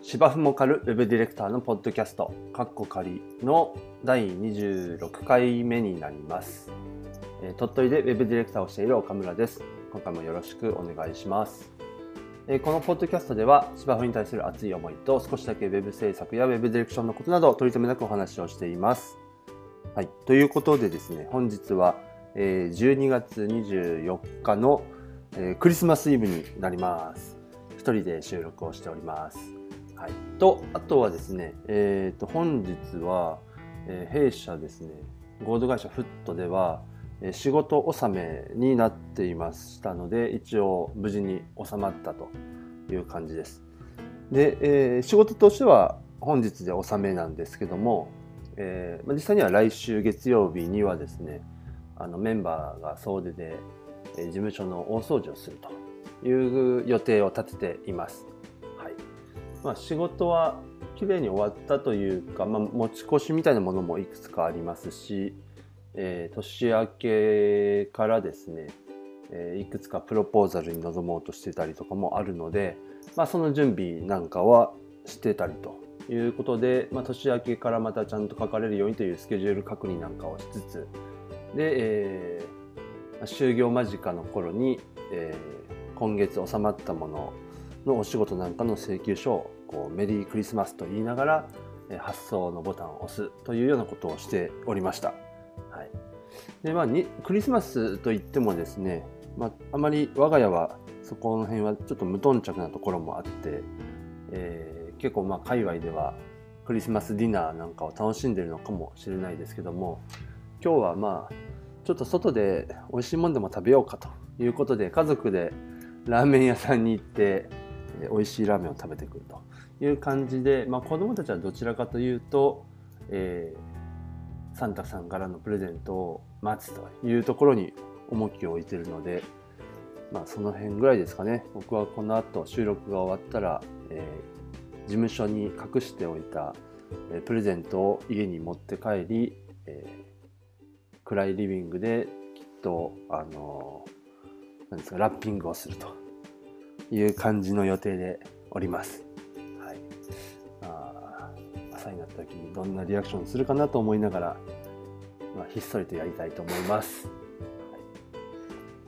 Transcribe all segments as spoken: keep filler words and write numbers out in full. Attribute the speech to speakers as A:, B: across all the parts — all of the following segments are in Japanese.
A: 芝生も狩るウェブディレクターのポッドキャストカッコ仮のだいにじゅうろっかいめになります。えー、鳥取でウェブディレクターをしている岡村です。今回もよろしくお願いします。えー、このポッドキャストでは芝生に対する熱い思いと少しだけウェブ制作やウェブディレクションのことなど取り留めなくお話をしています。はい、ということでですね、本日は、えー、じゅうにがつにじゅうよっかの、えー、クリスマスイブになります。一人で収録をしております。はい、とあとはですね、えー、と本日は、えー、弊社ですね、合同会社フットでは、えー、仕事納めになっていましたので、一応無事に収まったという感じです。で、えー、仕事としては本日で納めなんですけども、えー、実際には来週月曜日にはですね、あのメンバーが総出で、えー、事務所の大掃除をするという予定を立てています。まあ、仕事はきれいに終わったというか、まあ、持ち越しみたいなものもいくつかありますし、えー、年明けからですね、えー、いくつかプロポーザルに臨もうとしてたりとかもあるので、まあ、その準備なんかはしてたりということで、まあ、年明けからまたちゃんと書かれるようにというスケジュール確認なんかをしつつで、えー、就業間近の頃に、えー、今月収まったもののお仕事なんかの請求書をこうメリークリスマスと言いながら発送のボタンを押すというようなことをしておりました。はい。で、まあ、にクリスマスといってもですね、まあ、あまり我が家はそこの辺はちょっと無頓着なところもあって、えー、結構まあ界隈ではクリスマスディナーなんかを楽しんでいるのかもしれないですけども、今日はまあちょっと外で美味しいもんでも食べようかということで家族でラーメン屋さんに行って美味しいラーメンを食べてくるという感じで、まあ、子どもたちはどちらかというと、えー、サンタさんからのプレゼントを待つというところに重きを置いているので、まあ、その辺ぐらいですかね。僕はこの後収録が終わったら、えー、事務所に隠しておいた、えー、プレゼントを家に持って帰り、えー、暗いリビングできっと、あのー、なんですか、ラッピングをするという感じの予定でおります。はい。あ、朝になった時にどんなリアクションするかなと思いながら、まあ、ひっそりとやりたいと思います。はい、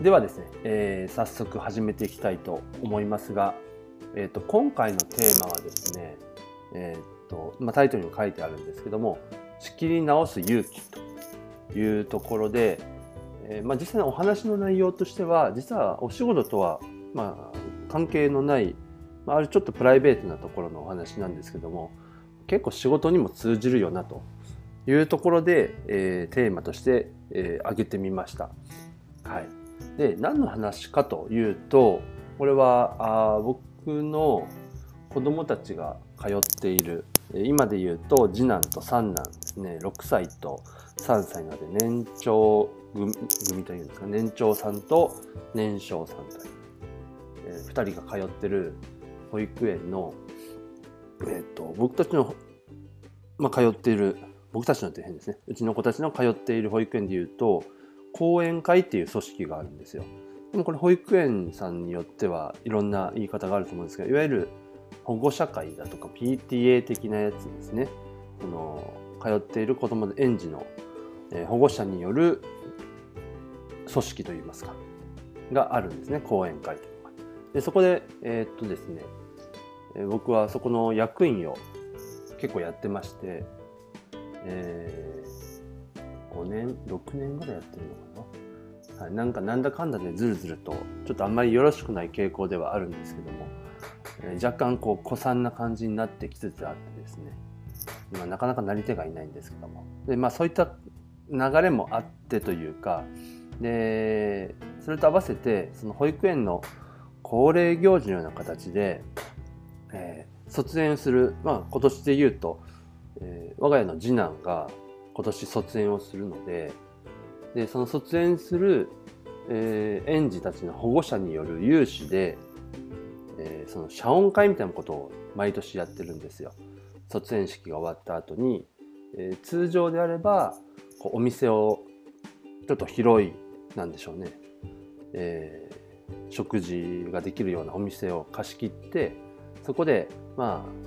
A: ではですね、えー、早速始めていきたいと思いますが、えーと、今回のテーマはですね、えーとまあ、タイトルにも書いてあるんですけども、仕切り直す勇気というところで、えーまあ、実際のお話の内容としては、実はお仕事とはまあ関係のない、あるちょっとプライベートなところのお話なんですけども、結構仕事にも通じるよなというところで、えー、テーマとして、えー、挙げてみました。はい。で、何の話かというと、これはあ僕の子供たちが通っている、今で言うと次男と三男ですね、ろくさいとさんさいなので年長組、組というんですか、年長さんと年少さんというふたりが通ってる保育園の、えー、と僕たちの、まあ、通っている僕たちのって変ですね、うちの子たちの通っている保育園でいうと講演会っていう組織があるんですよ。でもこれ保育園さんによってはいろんな言い方があると思うんですが、いわゆる保護者会だとか ピーティーエー 的なやつですね。その通っている子どもの園児の、えー、保護者による組織といいますかがあるんですね、講演会という。でそこで、えー、っとですね、僕はそこの役員を結構やってまして、えー、ごねん、ろくねんぐらいやってるのかな、はい、なんかなんだかんだでずるずるとちょっとあんまりよろしくない傾向ではあるんですけども、えー、若干こう古参な感じになってきつつあってですね、今なかなかなり手がいないんですけども、で、まあ、そういった流れもあってというかで、それと合わせてその保育園の恒例行事のような形で、えー、卒園する、まあ、今年で言うと、えー、我が家の次男が今年卒園をするので、でその卒園する、えー、園児たちの保護者による有志で、えー、その謝恩会みたいなことを毎年やってるんですよ。卒園式が終わった後に、えー、通常であればこうお店をちょっと広いなんでしょうね、えー食事ができるようなお店を貸し切って、そこでまあ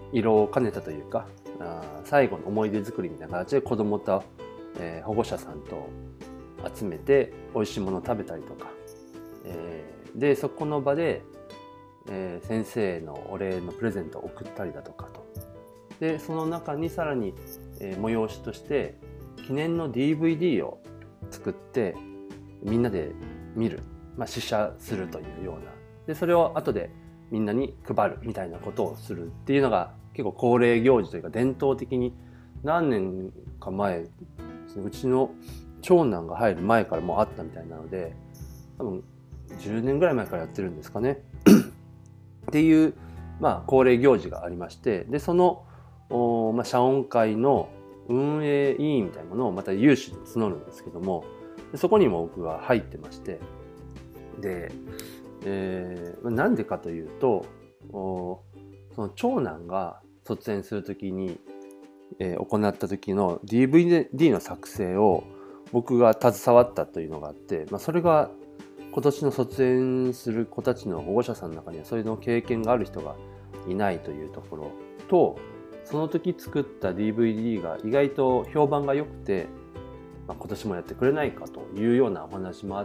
A: 色を兼ねたというか、あ最後の思い出作りみたいな形で子どもと、えー、保護者さんと集めて美味しいものを食べたりとか、えー、でそこの場で、えー、先生のお礼のプレゼントを送ったりだとかと。でその中にさらに、えー、催しとして記念の ディーブイディー を作ってみんなで見る、まあ、試写するというような、でそれを後でみんなに配るみたいなことをするっていうのが結構恒例行事というか伝統的に何年か前ですね、うちの長男が入る前からもうあったみたいなので、多分じゅうねんぐらい前からやってるんですかねっていう、まあ、恒例行事がありまして、でその、まあ、謝恩会の運営委員みたいなものをまた有志で募るんですけども、そこにも僕は入ってまして、で、えー、なんでかというと、その長男が卒園するときに、えー、行った時の ディーブイディー の作成を僕が携わったというのがあって、まあ、それが今年の卒園する子たちの保護者さんの中にはそういうの経験がある人がいないというところと、その時作った ディーブイディー が意外と評判が良くて、まあ、今年もやってくれないかというようなお話もあって、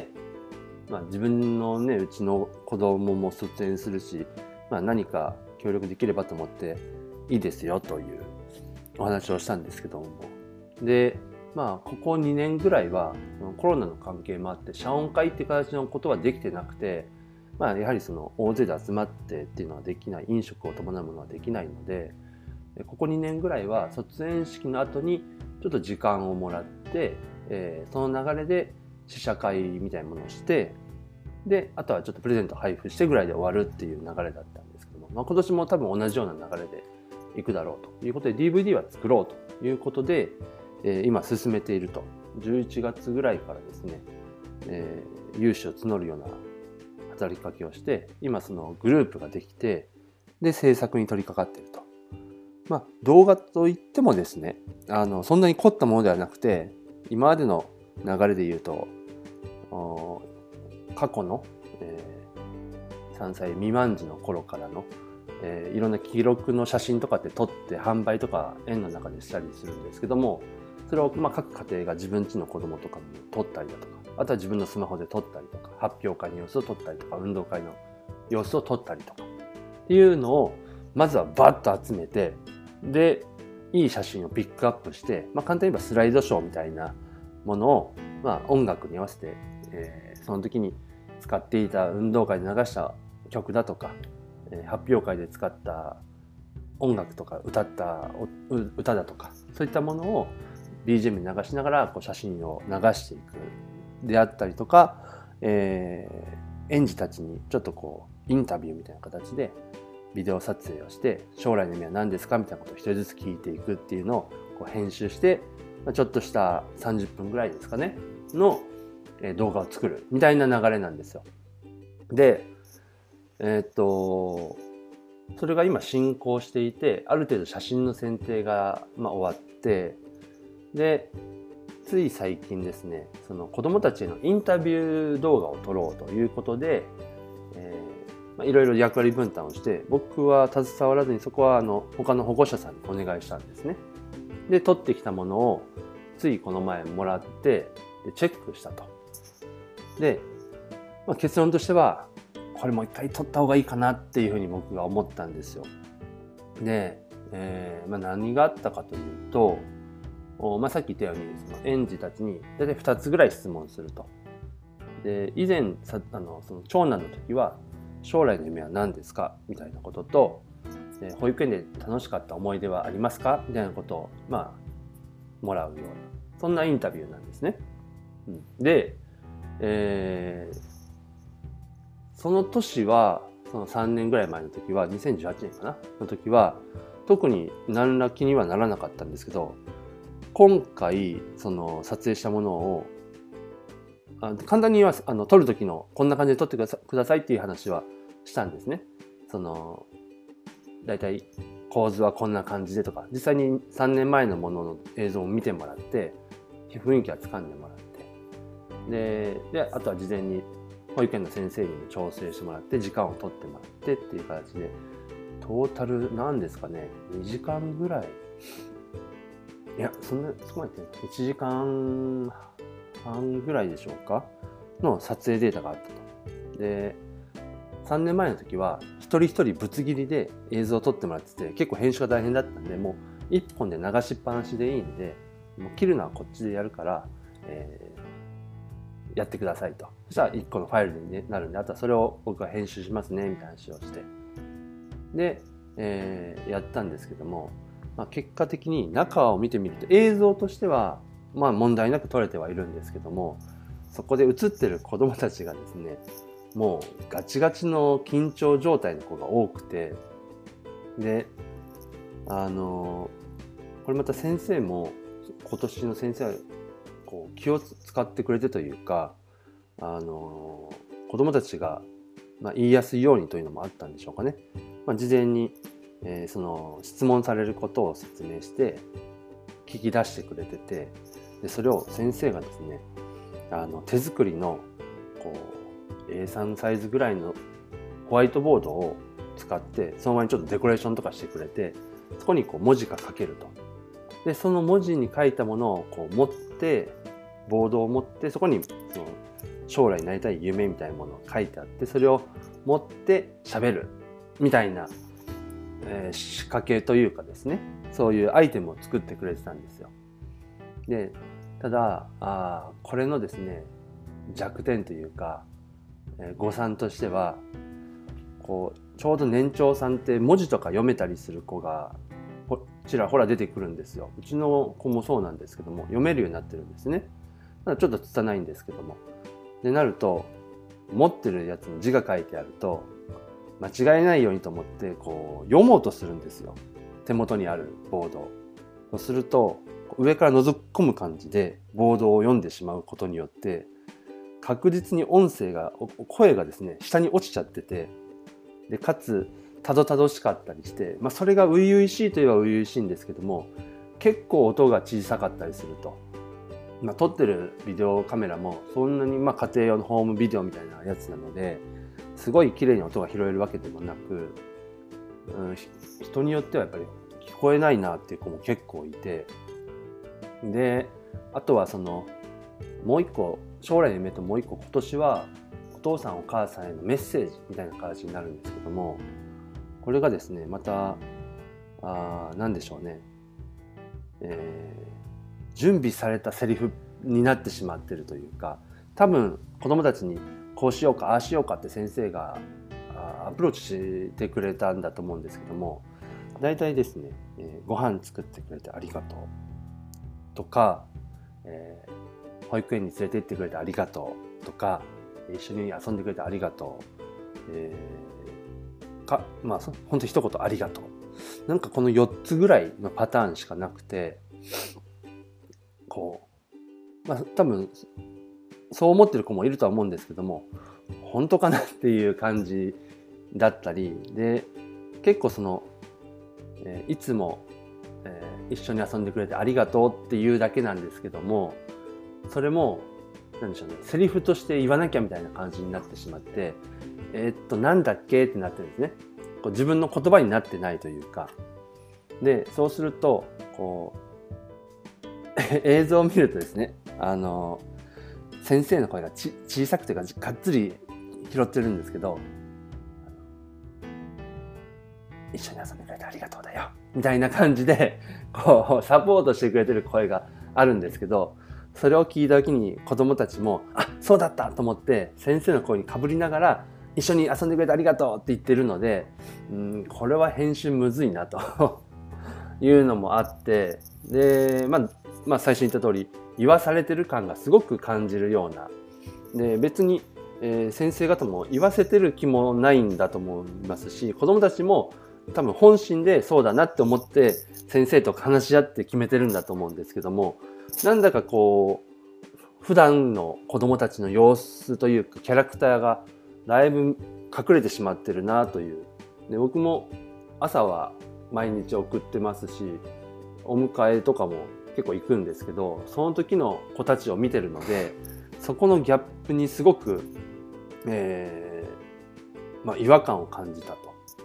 A: まあ、自分のねうちの子供も卒園するし、まあ、何か協力できればと思っていいですよというお話をしたんですけども、でまあここにねんぐらいはコロナの関係もあって謝恩会っていう形のことはできてなくて、まあ、やはりその大勢で集まってっていうのはできない、飲食を伴うものはできないので、ここにねんぐらいは卒園式の後にちょっと時間をもらって、えー、その流れで試写会みたいなものをして、であとはちょっとプレゼント配布してぐらいで終わるっていう流れだったんですけども、まあ、今年も多分同じような流れでいくだろうということで ディーブイディー は作ろうということで、えー、今進めていると。じゅういちがつぐらいからですね、えー、有志を募るような働きかけをして、今そのグループができて、で制作に取り掛かっていると。まあ動画といってもですね、あのそんなに凝ったものではなくて、今までの流れで言うと過去の、えー、さんさい未満児の頃からの、えー、いろんな記録の写真とかって撮って販売とか園の中でしたりするんですけども、それをまあ各家庭が自分家の子供とかも撮ったりだとか、あとは自分のスマホで撮ったりとか、発表会の様子を撮ったりとか、運動会の様子を撮ったりとかっていうのをまずはバッと集めて、でいい写真をピックアップして、まあ、簡単に言えばスライドショーみたいなものを、まあ、音楽に合わせて、えー、その時に使っていた運動会で流した曲だとか、えー、発表会で使った音楽とか歌った歌だとか、そういったものを ビージーエム に流しながらこう写真を流していくであったりとか、えー、園児たちにちょっとこうインタビューみたいな形でビデオ撮影をして、将来の夢は何ですかみたいなことを一人ずつ聞いていくっていうのをこう編集して、ちょっとしたさんじゅっぷんぐらいですかねの動画を作るみたいな流れなんですよ。で、えー、っとそれが今進行していて、ある程度写真の選定がまあ終わって、でつい最近ですね、その子どもたちへのインタビュー動画を撮ろうということで、えーまあ、いろいろ役割分担をして、僕は携わらずにそこはあの他の保護者さんにお願いしたんですね。で撮ってきたものをついこの前もらってでチェックしたと。で、まあ、結論としてはこれもう一回撮った方がいいかなっていうふうに僕が思ったんですよ。で、えーまあ、何があったかというと、まあ、さっき言ったようにその園児たちに大体ふたつぐらい質問すると。で以前さあのその長男の時は将来の夢は何ですかみたいなことと、保育園で楽しかった思い出はありますかみたいなことをまあもらうような、そんなインタビューなんですね。うん、で、えー、その年はそのさんねんぐらい前の時はにせんじゅうはちねんかなの時は特に何ら気にはならなかったんですけど、今回その撮影したものをあ簡単に言います。あの撮る時のこんな感じで撮ってくださいっていう話はしたんですね。そのだいたい構図はこんな感じでとか、実際にさんねんまえのものの映像を見てもらって雰囲気は掴んでもらって、で、であとは事前に保育園の先生にも調整してもらって時間を取ってもらってっていう形でトータルなんですかね、にじかんぐらい、いやそんなそこまで言ってない、いちじかんはんぐらいでしょうかの撮影データがあったと。でさんねんまえの時は一人一人ぶつ切りで映像を撮ってもらってて、結構編集が大変だったんで、もういっぽんで流しっぱなしでいいんで、もう切るのはこっちでやるから、えー、やってくださいと。そしたらいっこのファイルになるんで、あとはそれを僕が編集しますねみたいな話をして、で、えー、やったんですけども、まあ、結果的に中を見てみると映像としてはまあ問題なく撮れてはいるんですけども、そこで映ってる子どもたちがですね、もうガチガチの緊張状態の子が多くて、であのこれまた先生も今年の先生はこう気を使ってくれてというか、あの子どもたちが、まあ、言いやすいようにというのもあったんでしょうかね、まあ、事前に、えー、その質問されることを説明して聞き出してくれてて、でそれを先生がですね、あの手作りのこうエーさん サイズぐらいのホワイトボードを使ってその前にちょっとデコレーションとかしてくれて、そこにこう文字が書けると。でその文字に書いたものをこう持って、ボードを持ってそこにその将来になりたい夢みたいなものが書いてあって、それを持って喋るみたいな、えー、仕掛けというかですね、そういうアイテムを作ってくれてたんですよ。でただあこれのですね弱点というか、えー、誤算としては、こうちょうど年長さんって文字とか読めたりする子がちらほら出てくるんですよ。うちの子もそうなんですけども、読めるようになってるんですね。ただちょっと拙いんですけども。でなると、持ってるやつに字が書いてあると間違えないようにと思ってこう読もうとするんですよ、手元にあるボードを。そうすると上から覗き込む感じでボードを読んでしまうことによって、確実に音声が声がですね下に落ちちゃってて、でかつたどたどしかったりして、まあ、それが初々しいといえば初々しいんですけども、結構音が小さかったりすると、まあ、撮ってるビデオカメラもそんなにまあ家庭用のホームビデオみたいなやつなので、すごい綺麗に音が拾えるわけでもなく、うん、人によってはやっぱり聞こえないなっていう子も結構いて、であとはそのもう一個将来の夢ともう一個、今年はお父さんお母さんへのメッセージみたいな形になるんですけども、これがですねまたあ何でしょうね、えー、準備されたセリフになってしまっているというか、多分子どもたちにこうしようかああしようかって先生がアプローチしてくれたんだと思うんですけども、大体ですね、えー、ご飯作ってくれてありがとうとか、えー、保育園に連れて行ってくれてありがとうとか、一緒に遊んでくれてありがとう、えー、かまあ本当一言ありがとう、なんかこのよっつぐらいのパターンしかなくて、こうまあ多分そう思ってる子もいるとは思うんですけども、本当かなっていう感じだったりで、結構その、えー、いつも、えー、一緒に遊んでくれてありがとうっていうだけなんですけども、それもなんでしょうね、セリフとして言わなきゃみたいな感じになってしまって、えー、っとなんだっけってなってるんですね。こう自分の言葉になってないというか、でそうするとこう映像を見るとですね、あの先生の声がち小さくてががっつり拾ってるんですけど、一緒に遊んでくれてありがとうだよみたいな感じでこうサポートしてくれてる声があるんですけど、それを聞いた時に子どもたちもあそうだったと思って先生の声にかぶりながら一緒に遊んでくれてありがとうって言ってるので、うんこれは編集むずいなというのもあって、で、まあ、まあ最初に言った通り言わされてる感がすごく感じるような、で別に、えー、先生方も言わせてる気もないんだと思いますし、子どもたちも多分本心でそうだなって思って先生と話し合って決めてるんだと思うんですけども、なんだかこう普段の子どもたちの様子というかキャラクターがだいぶ隠れてしまってるなという。で僕も朝は毎日送ってますし、お迎えとかも結構行くんですけど、その時の子たちを見てるので、そこのギャップにすごく、えーまあ、違和感を感じたと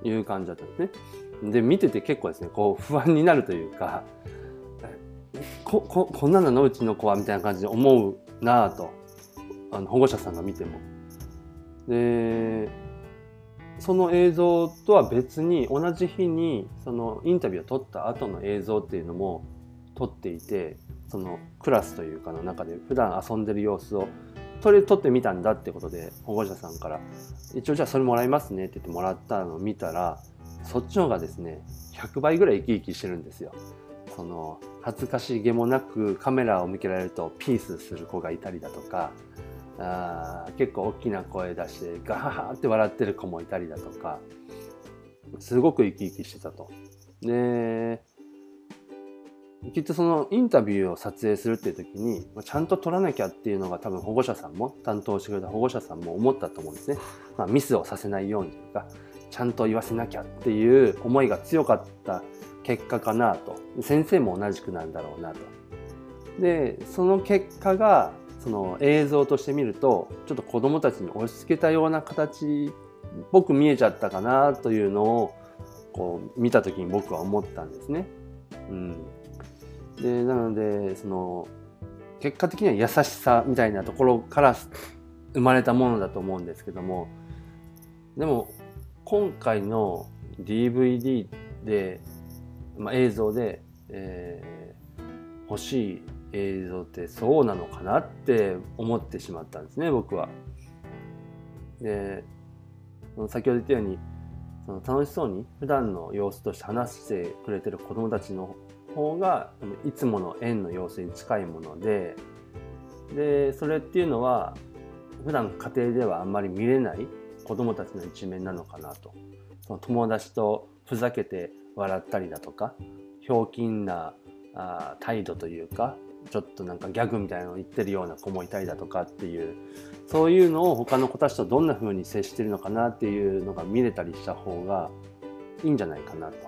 A: いう感じだったんですね。で見てて結構ですねこう不安になるというか、こ, こ, こんなのうちの子はみたいな感じで思うなぁと、あの保護者さんが見ても。でその映像とは別に同じ日にそのインタビューを撮った後の映像っていうのも撮っていて、そのクラスというかの中で普段遊んでる様子を撮れ撮ってみたんだってことで保護者さんから一応じゃあそれもらいますねって言ってもらったのを見たら、そっちの方がですねひゃくばいぐらい生き生きしてるんですよ。その恥ずかしげもなくカメラを向けられるとピースする子がいたりだとか、あ結構大きな声出してガハハって笑ってる子もいたりだとか、すごく生き生きしてたと。できっとそのインタビューを撮影するっていう時にちゃんと撮らなきゃっていうのが多分保護者さんも担当してくれた保護者さんも思ったと思うんですね。まあ、ミスをさせないようにというかちゃんと言わせなきゃっていう思いが強かった結果かなと。先生も同じくなんだろうなと。でその結果がその映像として見るとちょっと子どもたちに押し付けたような形っぽく見えちゃったかなというのをこう見た時に僕は思ったんですね。うん、でなのでその結果的には優しさみたいなところから生まれたものだと思うんですけども、でも今回の ディーブイディー で、まあ、映像で、えー、欲しい映像ってそうなのかなって思ってしまったんですね、僕は。で先ほど言ったようにその楽しそうに普段の様子として話してくれてる子どもたちの方がいつもの園の様子に近いもので、でそれっていうのは普段家庭ではあんまり見れない子どもたちの一面なのかなと。その友達とふざけて笑ったりだとか、ひょうきんなあ態度というかちょっとなんかギャグみたいなのを言ってるような子もいたりだとかっていう、そういうのを他の子たちとどんな風に接してるのかなっていうのが見れたりした方がいいんじゃないかなと。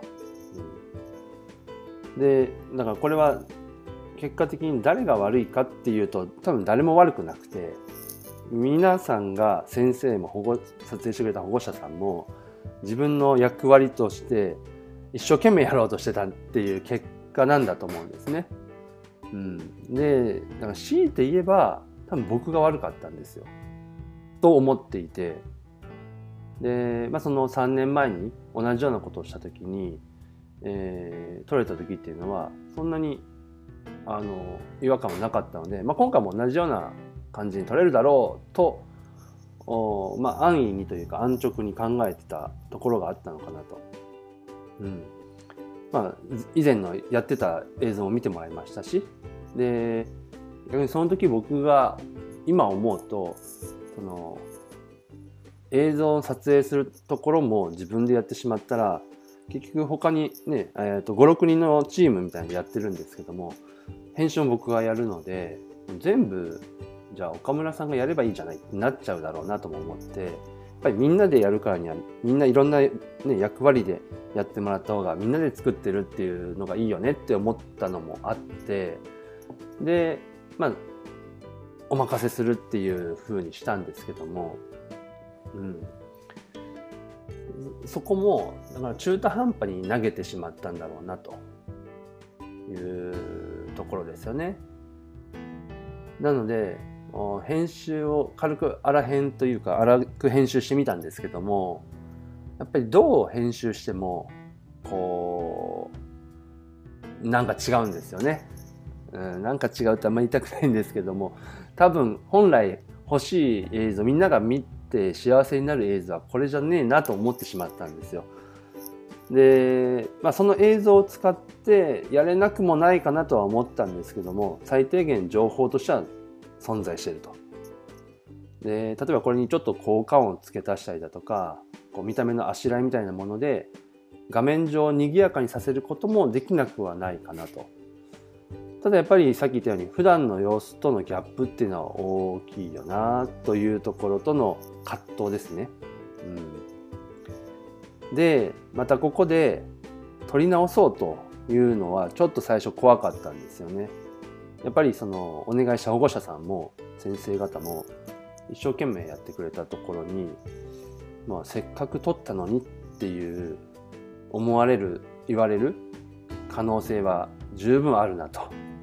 A: うん、でだからこれは結果的に誰が悪いかっていうと多分誰も悪くなくて、皆さんが先生も保護撮影してくれた保護者さんも自分の役割として一生懸命やろうとしてたっていう結果なんだと思うんですね。うん、でだから強いて言えば多分僕が悪かったんですよと思っていて、で、まあ、そのさんねんまえに同じようなことをした時に、えー、撮れた時っていうのはそんなにあの違和感はなかったので、まあ、今回も同じような感じに撮れるだろうと、おまあ、安易にというか安直に考えてたところがあったのかなと。うんまあ、以前のやってた映像を見てもらいましたし、で逆にその時僕が今思うとその映像を撮影するところも自分でやってしまったら結局他にね、えー、とごろくにんのチームみたいなのやってるんですけども、編集も僕がやるので全部じゃあ岡村さんがやればいいじゃないってなっちゃうだろうなとも思って、やっぱりみんなでやるからにはみんないろんな、ね、役割でやってもらった方がみんなで作ってるっていうのがいいよねって思ったのもあって、でまあお任せするっていう風にしたんですけども、うん、そこもだから中途半端に投げてしまったんだろうなというところですよね。なので編集を軽く荒編というか荒く編集してみたんですけども、やっぱりどう編集してもこうなんか違うんですよね。うん、なんか違うってあんまり言いたくないんですけども、多分本来欲しい映像、みんなが見て幸せになる映像はこれじゃねえなと思ってしまったんですよ。で、まあ、その映像を使ってやれなくもないかなとは思ったんですけども、最低限情報としては存在していると。で例えばこれにちょっと効果音を付け足したりだとか、こう見た目のあしらいみたいなもので画面上を賑やかにさせることもできなくはないかなと。ただやっぱりさっき言ったように普段の様子とのギャップっていうのは大きいよなというところとの葛藤ですね。うん、でまたここで撮り直そうというのはちょっと最初怖かったんですよね。やっぱりそのお願いした保護者さんも先生方も一生懸命やってくれたところに、まあ、せっかく撮ったのにっっていう思われる言われる可能性は十分あるなと。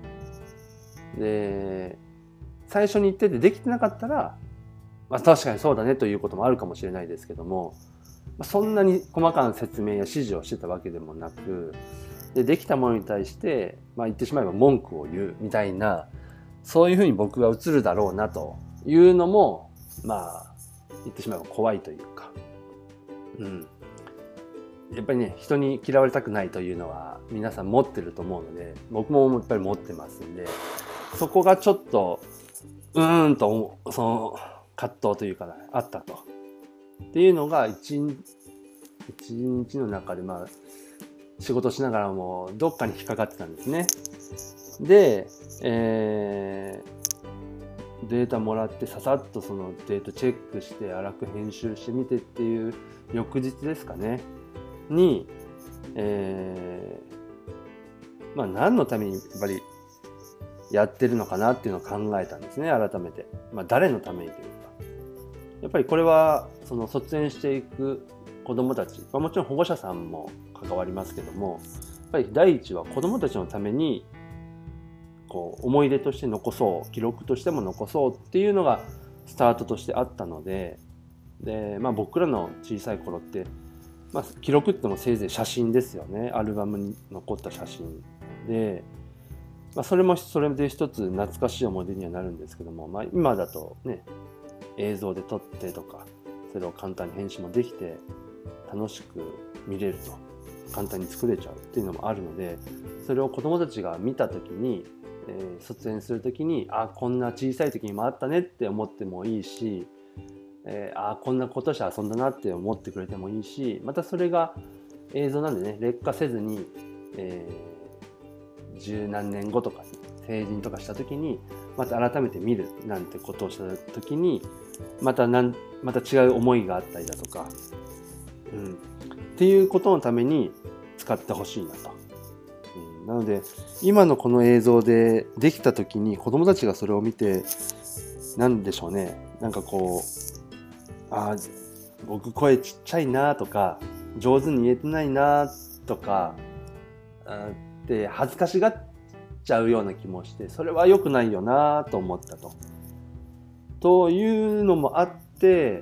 A: で最初に言っててできてなかったら、まあ、確かにそうだねということもあるかもしれないですけども、そんなに細かな説明や指示をしてたわけでもなく、でできたものに対して、まあ、言ってしまえば文句を言うみたいな、そういうふうに僕が映るだろうなというのも、まあ言ってしまえば怖いというか、うん、やっぱりね、人に嫌われたくないというのは皆さん持ってると思うので、僕もやっぱり持ってますんで、そこがちょっとうーんとその葛藤というか、ね、あったとっていうのが一日一日の中で、まあ仕事しながらもどっかに引っかかってたんですね。で、えー、データもらってささっとそのデータチェックして粗く編集してみてっていう翌日ですかねに、えー、まあ何のためにやっぱりやってるのかなっていうのを考えたんですね、改めて。まあ誰のためにというか、やっぱりこれはその卒園していく子どもたち、まあ、もちろん保護者さんも関わりますけども、やっぱり第一は子どもたちのためにこう思い出として残そう、記録としても残そうっていうのがスタートとしてあったので、で、まあ、僕らの小さい頃って、まあ、記録ってもせいぜい写真ですよね。アルバムに残った写真で、まあ、それもそれで一つ懐かしい思い出にはなるんですけども、まあ、今だとね、映像で撮ってとか、それを簡単に編集もできて楽しく見れると、簡単に作れちゃうっていうのもあるので、それを子どもたちが見た時に、えー、卒園する時に、あ、こんな小さい時にもあったねって思ってもいいし、えー、あ、こんなことして遊んだなって思ってくれてもいいし、またそれが映像なんでね、劣化せずに、えー、十何年後とかに成人とかした時にまた改めて見るなんてことをした時に、またなんまた違う思いがあったりだとか、うん、っていうことのために使ってほしいなと、うん、なので今のこの映像でできた時に子どもたちがそれを見て、なんでしょうね、なんかこう、あ、僕声ちっちゃいなとか上手に言えてないなとかあって恥ずかしがっちゃうような気もして、それは良くないよなと思ったと。というのもあって、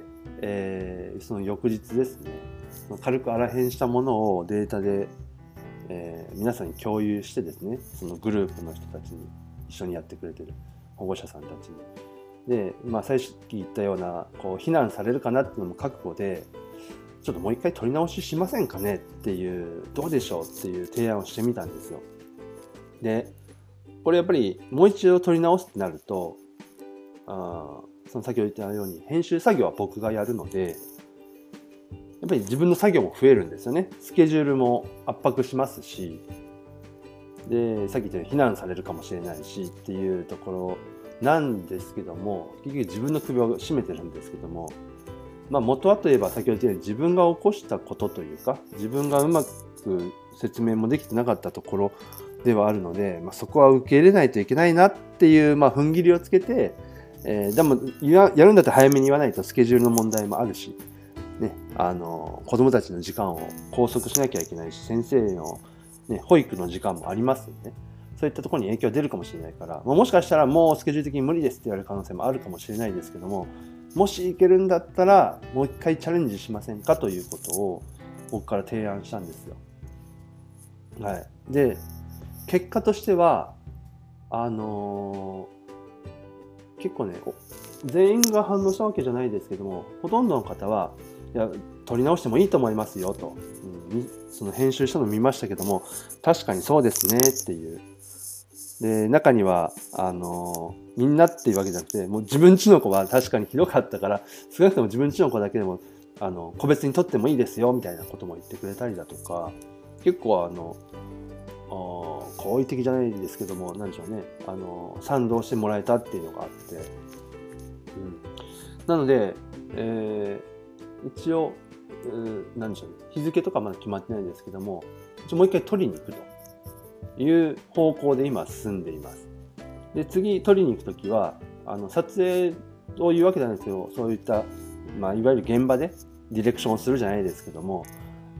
A: えー、その翌日ですね、軽く粗編したものをデータで、えー、皆さんに共有してですね、そのグループの人たちに、一緒にやってくれてる保護者さんたちに。で、まあ、最初言ったようなこう非難されるかなっていうのも覚悟で、ちょっともう一回撮り直ししませんかねっていう、どうでしょうっていう提案をしてみたんですよ。で、これやっぱりもう一度撮り直すってなると、あその先ほど言ったように編集作業は僕がやるので、やっぱり自分の作業も増えるんですよね。スケジュールも圧迫しますし、で、さっき言ったように非難されるかもしれないしっていうところなんですけども、結局自分の首を絞めてるんですけども、まあ元はといえば先ほど言ったように自分が起こしたことというか、自分がうまく説明もできてなかったところではあるので、まあ、そこは受け入れないといけないなっていう、まあ、踏ん切りをつけて、えー、でもやるんだったら早めに言わないとスケジュールの問題もあるし、ね、あの子どもたちの時間を拘束しなきゃいけないし、先生の、ね、保育の時間もありますんで、ね、そういったところに影響が出るかもしれないから、まあ、もしかしたらもうスケジュール的に無理ですって言われる可能性もあるかもしれないですけども、もしいけるんだったらもう一回チャレンジしませんかということを僕から提案したんですよ。はい、で結果としてはあのー、結構ね全員が反応したわけじゃないですけども、ほとんどの方はいや撮り直してもいいと思いますよと、うん、その編集したの見ましたけども確かにそうですねっていう。で中にはあのー、みんなっていうわけじゃなくて、もう自分ちの子は確かにひどかったから少なくとも自分ちの子だけでもあの個別に撮ってもいいですよみたいなことも言ってくれたりだとか、結構あのあ好意的じゃないですけども、なんでしょうね、あの賛同してもらえたっていうのがあって、うん、なので、えー、一応、うなんでしょうね、日付とかまだ決まってないんですけども、一応もう一回取りに行くという方向で今進んでいます。で次取りに行くときはあの撮影を言うわけなんですけど、そういった、まあ、いわゆる現場でディレクションをするじゃないですけども、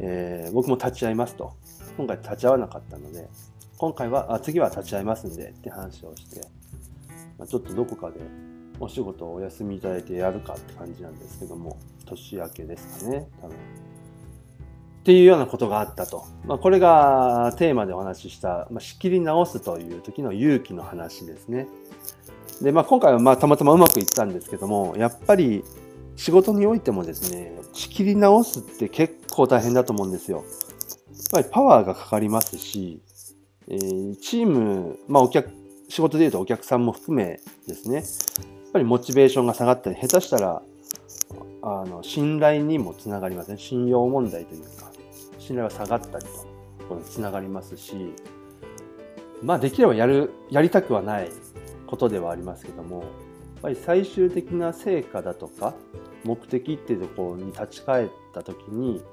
A: えー、僕も立ち会いますと。今回立ち会わなかったので、今回はあ次は立ち会いますんでって話をして、まあ、ちょっとどこかでお仕事をお休みいただいてやるかって感じなんですけども、年明けですかね、多分。っていうようなことがあったと。まあ、これがテーマでお話しした、まあ、仕切り直すという時の勇気の話ですね。で、まあ、今回はまあたまたまうまくいったんですけども、やっぱり仕事においてもですね、仕切り直すって結構大変だと思うんですよ。やっぱりパワーがかかりますし、えー、チーム、まあお客、仕事でいうとお客さんも含めですね、やっぱりモチベーションが下がったり、下手したらあの信頼にもつながりますね。信用問題というか、信頼が下がったりとつながりますし、まあできればやる、やりたくはないことではありますけども、やっぱり最終的な成果だとか目的っていうところに立ち返った時に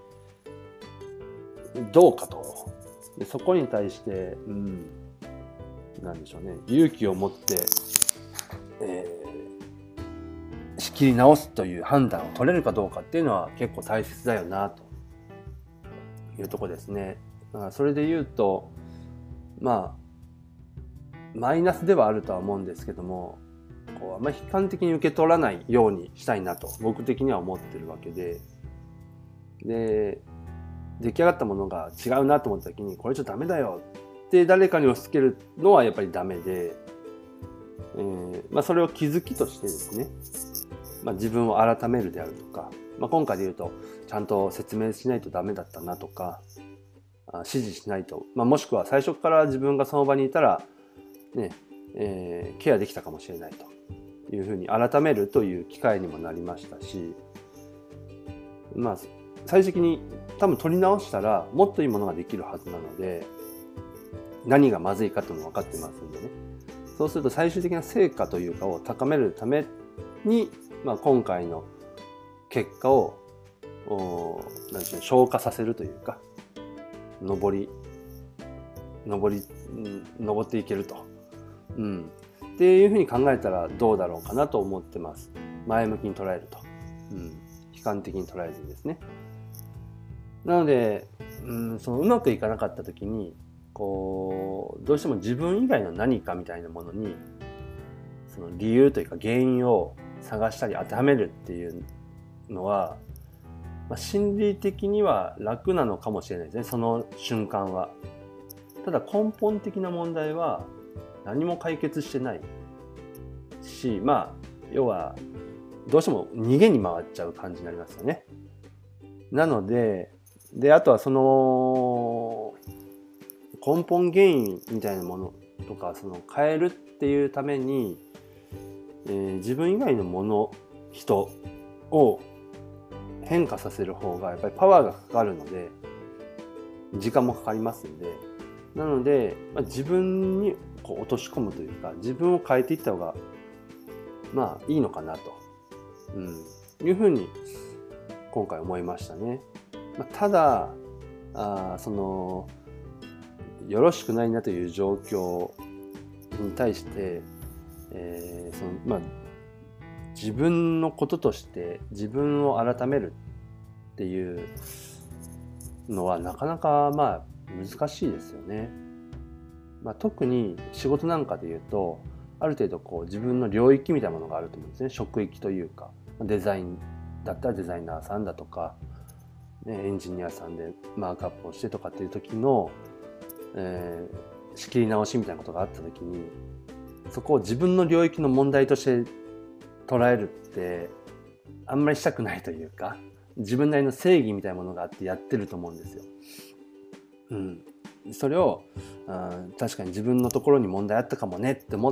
A: どうかと。でそこに対して、うん、なんでしょうね、勇気を持って、えー、仕切り直すという判断を取れるかどうかっていうのは結構大切だよなというところですね。だからそれで言うと、まあマイナスではあるとは思うんですけども、こうあんまり悲観的に受け取らないようにしたいなと僕的には思ってるわけで、で出来上がったものが違うなと思った時に、これちょっとダメだよって誰かに押し付けるのはやっぱりダメで、えーまあ、それを気づきとしてですね、まあ、自分を改めるであるとか、まあ、今回で言うとちゃんと説明しないとダメだったなとか、あ指示しないと、まあ、もしくは最初から自分がその場にいたらね、えー、ケアできたかもしれないというふうに改めるという機会にもなりましたし、まあ最終的に多分取り直したらもっといいものができるはずなので、何がまずいかというのも分かってますんでね。そうすると最終的な成果というかを高めるために、まあ、今回の結果を何でしょう、消化させるというか、上り上り上っていけると、うん、っていうふうに考えたらどうだろうかなと思ってます。前向きに捉えると、うん、悲観的に捉えずにですね。なので、うん、そのうまくいかなかった時にこうどうしても自分以外の何かみたいなものにその理由というか原因を探したり当てはめるっていうのは、まあ、心理的には楽なのかもしれないですね、その瞬間は。ただ根本的な問題は何も解決してないし、まあ要はどうしても逃げに回っちゃう感じになりますよね。なので、であとはその根本原因みたいなものとか、その変えるっていうために、えー、自分以外のもの、人を変化させる方がやっぱりパワーがかかるので、時間もかかりますんで、なので、まあ、自分にこう落とし込むというか、自分を変えていった方がまあいいのかなと、うん、いうふうに今回思いましたね。まあ、ただあそのよろしくないなという状況に対して、えーそのまあ、自分のこととして自分を改めるっていうのはなかなかまあ難しいですよね。まあ、特に仕事なんかで言うと、ある程度こう自分の領域みたいなものがあると思うんですね。職域というか、デザインだったらデザイナーさんだとか、ね、エンジニアさんでマークアップをしてとかっていう時の、えー、仕切り直しみたいなことがあった時に、そこを自分の領域の問題として捉えるってあんまりしたくないというか、自分なりの正義みたいなものがあってやってると思うんですよ。うん、それをあ確かに自分のところに問題あったかもねって思って、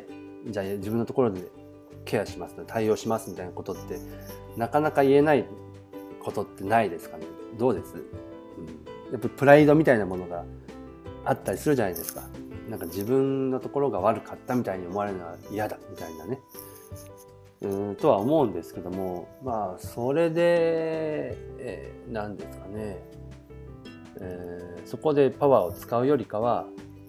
A: じゃあ自分のところでケアします、対応しますみたいなことってなかなか言えないことってないですかね。どうです、うん、やっぱプライドみたいなものがあったりするじゃないですか。なんか自分のところが悪かったみたいに思われるのは嫌だみたいなね、うんとは思うんですけども、まあそれで、えー、なんですかね、えー、そこでパワーを使うよりかは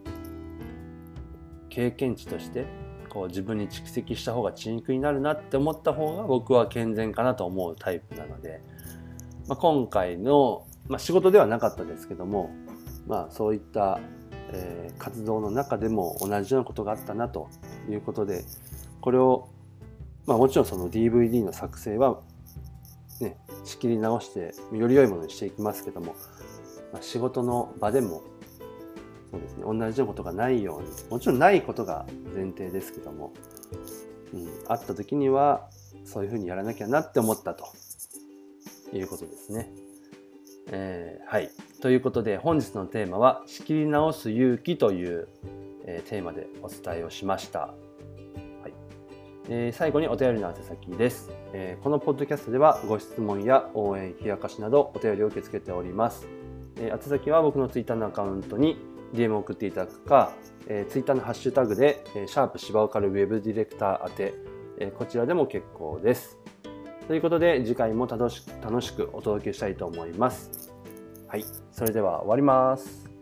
A: 経験値としてこう自分に蓄積した方が血肉になるなって思った方が僕は健全かなと思うタイプなので、まあ、今回のまあ、仕事ではなかったですけども、まあ、そういった、えー、活動の中でも同じようなことがあったなということで、これを、まあ、もちろんその ディーブイディー の作成は、ね、仕切り直してより良いものにしていきますけども、まあ、仕事の場でもそうですね、同じようなことがないように、もちろんないことが前提ですけども、うん、あった時にはそういうふうにやらなきゃなって思ったということですね。えー、はい。ということで本日のテーマは仕切り直す勇気という、えー、テーマでお伝えをしました。はい。えー、最後にお便りの宛先です、えー。このポッドキャストではご質問や応援、冷やかしなどお便りを受け付けております。えー、宛先は僕のツイッターのアカウントに ディーエム を送っていただくか、えー、ツイッターのハッシュタグで、えー、シャープ芝岡るウェブディレクター宛て、えー、こちらでも結構です。ということで次回も楽しく、楽しくお届けしたいと思います。はい、それでは終わります。